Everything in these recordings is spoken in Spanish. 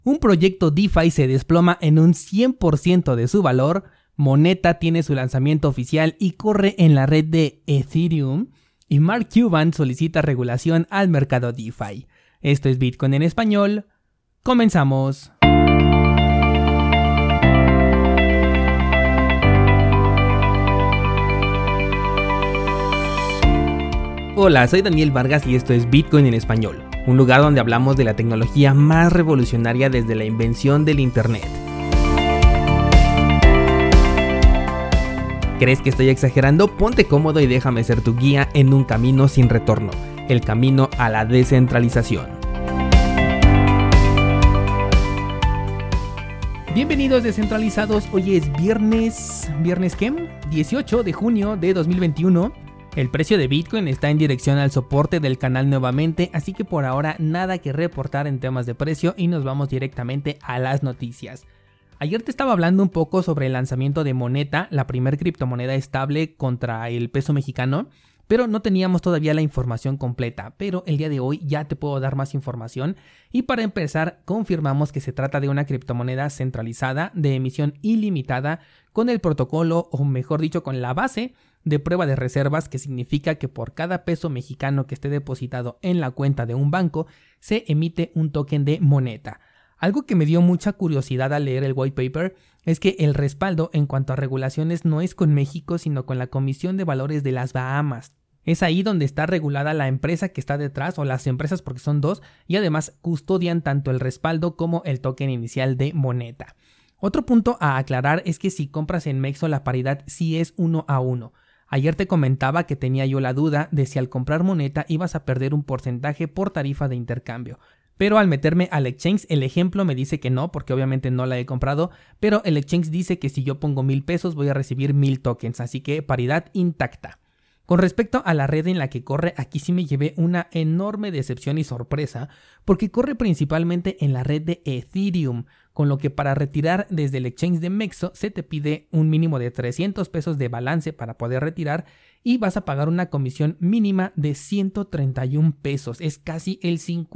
Un proyecto DeFi se desploma en un 100% de su valor, Moneta tiene su lanzamiento oficial y corre en la red de Ethereum, y Mark Cuban solicita regulación al mercado DeFi. Esto es Bitcoin en español. Comenzamos. Hola, soy Daniel Vargas y esto es Bitcoin en español, un lugar donde hablamos de la tecnología más revolucionaria desde la invención del Internet. ¿Crees que estoy exagerando? Ponte cómodo y déjame ser tu guía en un camino sin retorno, el camino a la descentralización. Bienvenidos descentralizados, hoy es ¿viernes qué? 18 de junio de 2021. El precio de Bitcoin está en dirección al soporte del canal nuevamente, así que por ahora nada que reportar en temas de precio y nos vamos directamente a las noticias. Ayer te estaba hablando un poco sobre el lanzamiento de Moneta, la primer criptomoneda estable contra el peso mexicano, pero no teníamos todavía la información completa, pero el día de hoy ya te puedo dar más información y para empezar confirmamos que se trata de una criptomoneda centralizada de emisión ilimitada con el protocolo, o mejor dicho con la base de prueba de reservas, que significa que por cada peso mexicano que esté depositado en la cuenta de un banco se emite un token de Moneta. Algo que me dio mucha curiosidad al leer el white paper es que el respaldo en cuanto a regulaciones no es con México sino con la Comisión de Valores de las Bahamas. Es ahí donde está regulada la empresa que está detrás, o las empresas porque son dos, y además custodian tanto el respaldo como el token inicial de Moneta. Otro punto a aclarar es que si compras en Mexo la paridad sí es 1-1. Ayer te comentaba que tenía yo la duda de si al comprar Moneta ibas a perder un porcentaje por tarifa de intercambio. Pero al meterme al exchange, el ejemplo me dice que no, porque obviamente no la he comprado, pero el exchange dice que si yo pongo 1,000 pesos voy a recibir 1,000 tokens, así que paridad intacta. Con respecto a la red en la que corre, aquí sí me llevé una enorme decepción y sorpresa, porque corre principalmente en la red de Ethereum, con lo que para retirar desde el exchange de Mexo se te pide un mínimo de 300 pesos de balance para poder retirar y vas a pagar una comisión mínima de 131 pesos, es casi el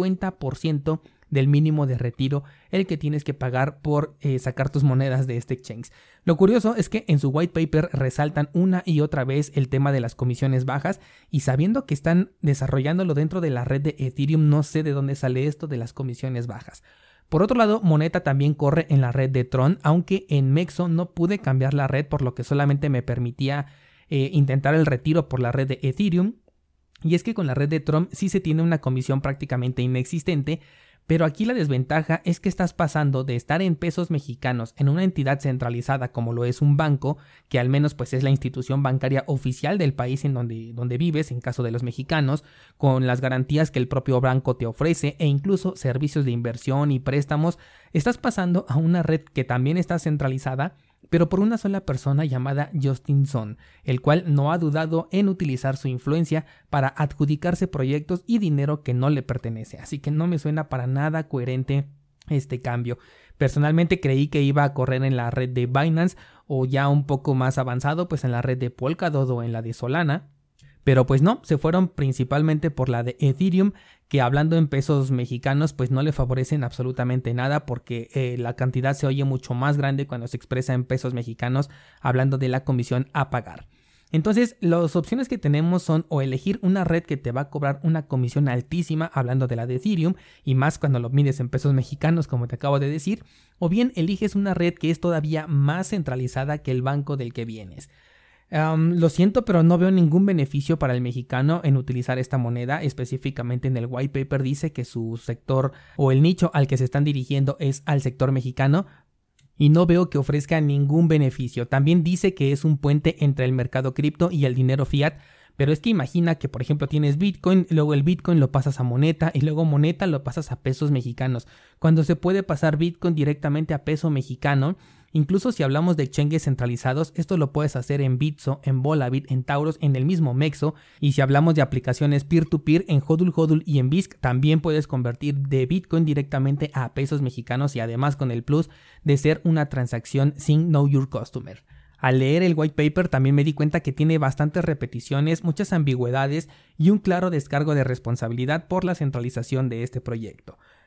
50% del mínimo de retiro el que tienes que pagar por sacar tus monedas de este exchange. Lo curioso es que en su white paper resaltan una y otra vez el tema de las comisiones bajas, y sabiendo que están desarrollándolo dentro de la red de Ethereum, no sé de dónde sale esto de las comisiones bajas. Por otro lado, Moneta también corre en la red de Tron, aunque en Mexo no pude cambiar la red, por lo que solamente me permitía intentar el retiro por la red de Ethereum. Y es que con la red de Tron sí se tiene una comisión prácticamente inexistente, pero aquí la desventaja es que estás pasando de estar en pesos mexicanos en una entidad centralizada como lo es un banco, que al menos pues es la institución bancaria oficial del país en donde vives en caso de los mexicanos, con las garantías que el propio banco te ofrece e incluso servicios de inversión y préstamos. Estás pasando a una red que también está centralizada, pero por una sola persona llamada Justin Sun, el cual no ha dudado en utilizar su influencia para adjudicarse proyectos y dinero que no le pertenece, así que no me suena para nada coherente este cambio. Personalmente creí que iba a correr en la red de Binance o ya un poco más avanzado pues en la red de Polkadot o en la de Solana, pero pues no, se fueron principalmente por la de Ethereum, que hablando en pesos mexicanos pues no le favorecen absolutamente nada, porque la cantidad se oye mucho más grande cuando se expresa en pesos mexicanos, hablando de la comisión a pagar. Entonces las opciones que tenemos son o elegir una red que te va a cobrar una comisión altísima, hablando de la de Ethereum, y más cuando lo mides en pesos mexicanos como te acabo de decir, o bien eliges una red que es todavía más centralizada que el banco del que vienes. Lo siento, pero no veo ningún beneficio para el mexicano en utilizar esta moneda. Específicamente en el white paper dice que su sector o el nicho al que se están dirigiendo es al sector mexicano, y no veo que ofrezca ningún beneficio. También dice que es un puente entre el mercado cripto y el dinero fiat, pero es que imagina que por ejemplo tienes Bitcoin, luego el Bitcoin lo pasas a Moneta y luego Moneta lo pasas a pesos mexicanos, cuando se puede pasar Bitcoin directamente a peso mexicano. Incluso si hablamos de exchanges centralizados, esto lo puedes hacer en Bitso, en Volabit, en Tauros, en el mismo Mexo. Y si hablamos de aplicaciones peer-to-peer, en Hodl y en Bisq también puedes convertir de Bitcoin directamente a pesos mexicanos, y además con el plus de ser una transacción sin Know Your Customer. Al leer el white paper también me di cuenta que tiene bastantes repeticiones, muchas ambigüedades y un claro descargo de responsabilidad por la centralización de este proyecto.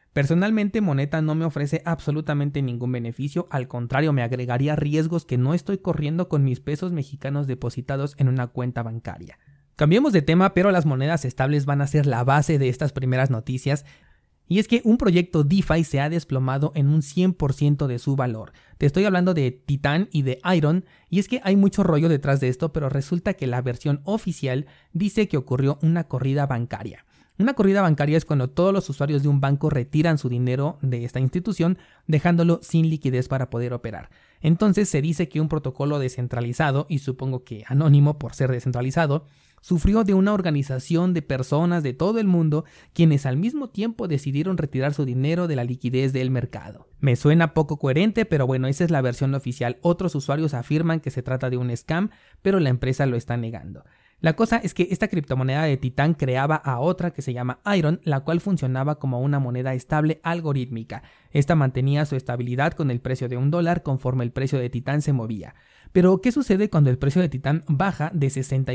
Personalmente, Moneta no me ofrece absolutamente ningún beneficio, al contrario, me agregaría riesgos que no estoy corriendo con mis pesos mexicanos depositados en una cuenta bancaria. Cambiemos de tema, pero las monedas estables van a ser la base de estas primeras noticias. Y es que un proyecto DeFi se ha desplomado en un 100% de su valor. Te estoy hablando de Titan y de Iron, y es que hay mucho rollo detrás de esto, pero resulta que la versión oficial dice que ocurrió una corrida bancaria. Una corrida bancaria es cuando todos los usuarios de un banco retiran su dinero de esta institución, dejándolo sin liquidez para poder operar. Entonces se dice que un protocolo descentralizado, y supongo que anónimo por ser descentralizado, sufrió de una organización de personas de todo el mundo quienes al mismo tiempo decidieron retirar su dinero de la liquidez del mercado. Me suena poco coherente, pero bueno, esa es la versión oficial. Otros usuarios afirman que se trata de un scam, pero la empresa lo está negando. La cosa es que esta criptomoneda de Titan creaba a otra que se llama Iron, la cual funcionaba como una moneda estable algorítmica. Esta mantenía su estabilidad con el precio de $1 conforme el precio de Titan se movía. Pero, ¿qué sucede cuando el precio de Titan baja de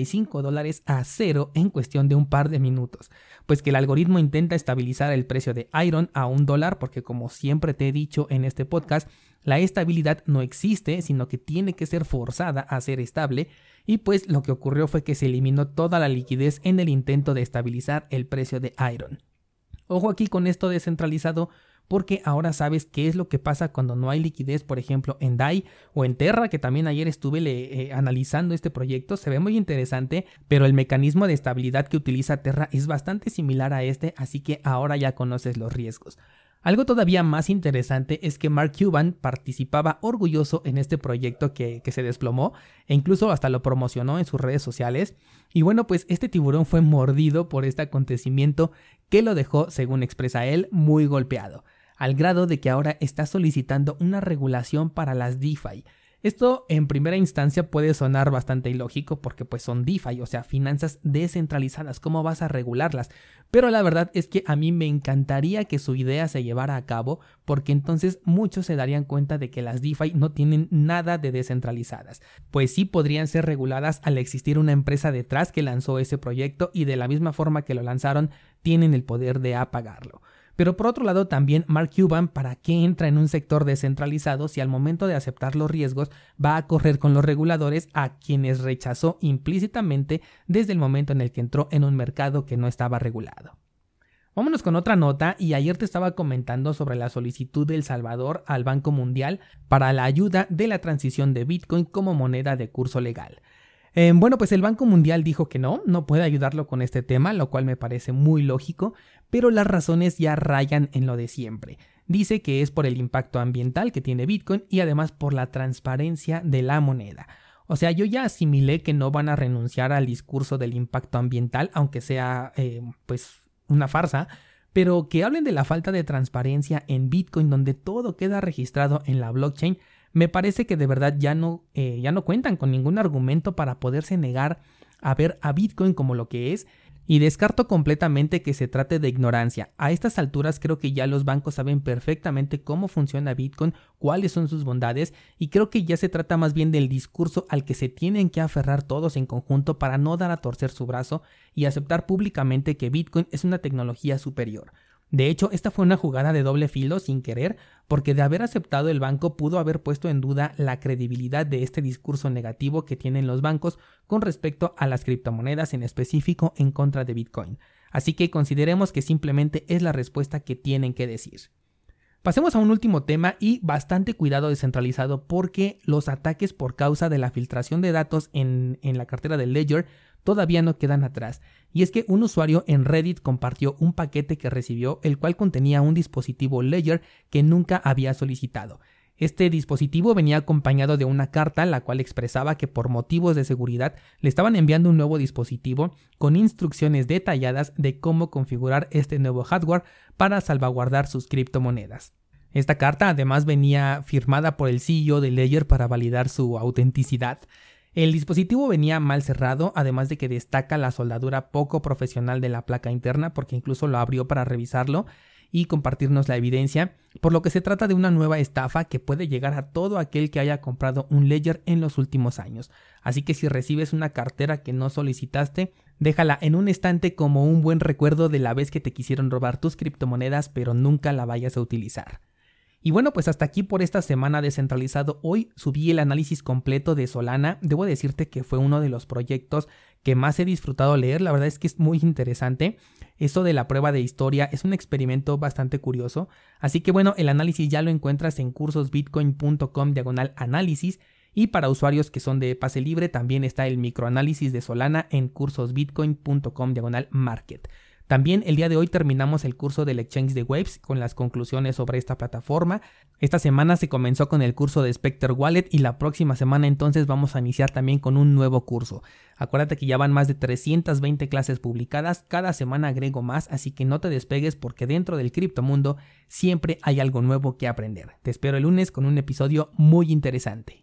$65 a 0 en cuestión de un par de minutos? Pues que el algoritmo intenta estabilizar el precio de Iron a $1 porque, como siempre te he dicho en este podcast, la estabilidad no existe, sino que tiene que ser forzada a ser estable, y pues lo que ocurrió fue que se eliminó toda la liquidez en el intento de estabilizar el precio de Iron. Ojo aquí con esto descentralizado, porque ahora sabes qué es lo que pasa cuando no hay liquidez, por ejemplo en DAI o en Terra, que también ayer estuve analizando este proyecto. Se ve muy interesante, pero el mecanismo de estabilidad que utiliza Terra es bastante similar a este, así que ahora ya conoces los riesgos. Algo todavía más interesante es que Mark Cuban participaba orgulloso en este proyecto que se desplomó, e incluso hasta lo promocionó en sus redes sociales. Y bueno, pues este tiburón fue mordido por este acontecimiento que lo dejó, según expresa él, muy golpeado, al grado de que ahora está solicitando una regulación para las DeFi. Esto en primera instancia puede sonar bastante ilógico porque pues son DeFi, o sea, finanzas descentralizadas, ¿cómo vas a regularlas? Pero la verdad es que a mí me encantaría que su idea se llevara a cabo, porque entonces muchos se darían cuenta de que las DeFi no tienen nada de descentralizadas, pues sí podrían ser reguladas al existir una empresa detrás que lanzó ese proyecto y de la misma forma que lo lanzaron tienen el poder de apagarlo. Pero por otro lado también Mark Cuban, ¿para qué entra en un sector descentralizado si al momento de aceptar los riesgos va a correr con los reguladores a quienes rechazó implícitamente desde el momento en el que entró en un mercado que no estaba regulado? Vámonos con otra nota, y ayer te estaba comentando sobre la solicitud de El Salvador al Banco Mundial para la ayuda de la transición de Bitcoin como moneda de curso legal. Bueno, pues el Banco Mundial dijo que no puede ayudarlo con este tema, lo cual me parece muy lógico, pero las razones ya rayan en lo de siempre. Dice que es por el impacto ambiental que tiene Bitcoin y además por la transparencia de la moneda. O sea, yo ya asimilé que no van a renunciar al discurso del impacto ambiental, aunque sea pues una farsa, pero que hablen de la falta de transparencia en Bitcoin, donde todo queda registrado en la blockchain. Me parece que de verdad ya no cuentan con ningún argumento para poderse negar a ver a Bitcoin como lo que es, y descarto completamente que se trate de ignorancia. A estas alturas creo que ya los bancos saben perfectamente cómo funciona Bitcoin, cuáles son sus bondades, y creo que ya se trata más bien del discurso al que se tienen que aferrar todos en conjunto para no dar a torcer su brazo y aceptar públicamente que Bitcoin es una tecnología superior. De hecho, esta fue una jugada de doble filo sin querer, porque de haber aceptado el banco pudo haber puesto en duda la credibilidad de este discurso negativo que tienen los bancos con respecto a las criptomonedas, en específico en contra de Bitcoin. Así que consideremos que simplemente es la respuesta que tienen que decir. Pasemos a un último tema, y bastante cuidado descentralizado, porque los ataques por causa de la filtración de datos en la cartera de Ledger todavía no quedan atrás. Y es que un usuario en Reddit compartió un paquete que recibió, el cual contenía un dispositivo Ledger que nunca había solicitado. Este dispositivo venía acompañado de una carta, la cual expresaba que por motivos de seguridad le estaban enviando un nuevo dispositivo con instrucciones detalladas de cómo configurar este nuevo hardware para salvaguardar sus criptomonedas. Esta carta además venía firmada por el CEO de Ledger para validar su autenticidad. El dispositivo venía mal cerrado, además de que destaca la soldadura poco profesional de la placa interna, porque incluso lo abrió para revisarlo y compartirnos la evidencia, por lo que se trata de una nueva estafa que puede llegar a todo aquel que haya comprado un Ledger en los últimos años. Así que si recibes una cartera que no solicitaste, Déjala en un estante como un buen recuerdo de la vez que te quisieron robar tus criptomonedas, pero nunca la vayas a utilizar. Y bueno, pues hasta aquí por esta semana descentralizado. Hoy subí el análisis completo de Solana. Debo decirte que fue uno de los proyectos que más he disfrutado leer. La verdad es que es muy interesante. Esto de la prueba de historia es un experimento bastante curioso. Así que bueno, el análisis ya lo encuentras en cursosbitcoin.com/análisis. Y para usuarios que son de pase libre también está el microanálisis de Solana en cursosbitcoin.com/market. También el día de hoy terminamos el curso del Exchange de Waves con las conclusiones sobre esta plataforma. Esta semana se comenzó con el curso de Specter Wallet y la próxima semana entonces vamos a iniciar también con un nuevo curso. Acuérdate que ya van más de 320 clases publicadas, cada semana agrego más, así que no te despegues porque dentro del criptomundo siempre hay algo nuevo que aprender. Te espero el lunes con un episodio muy interesante.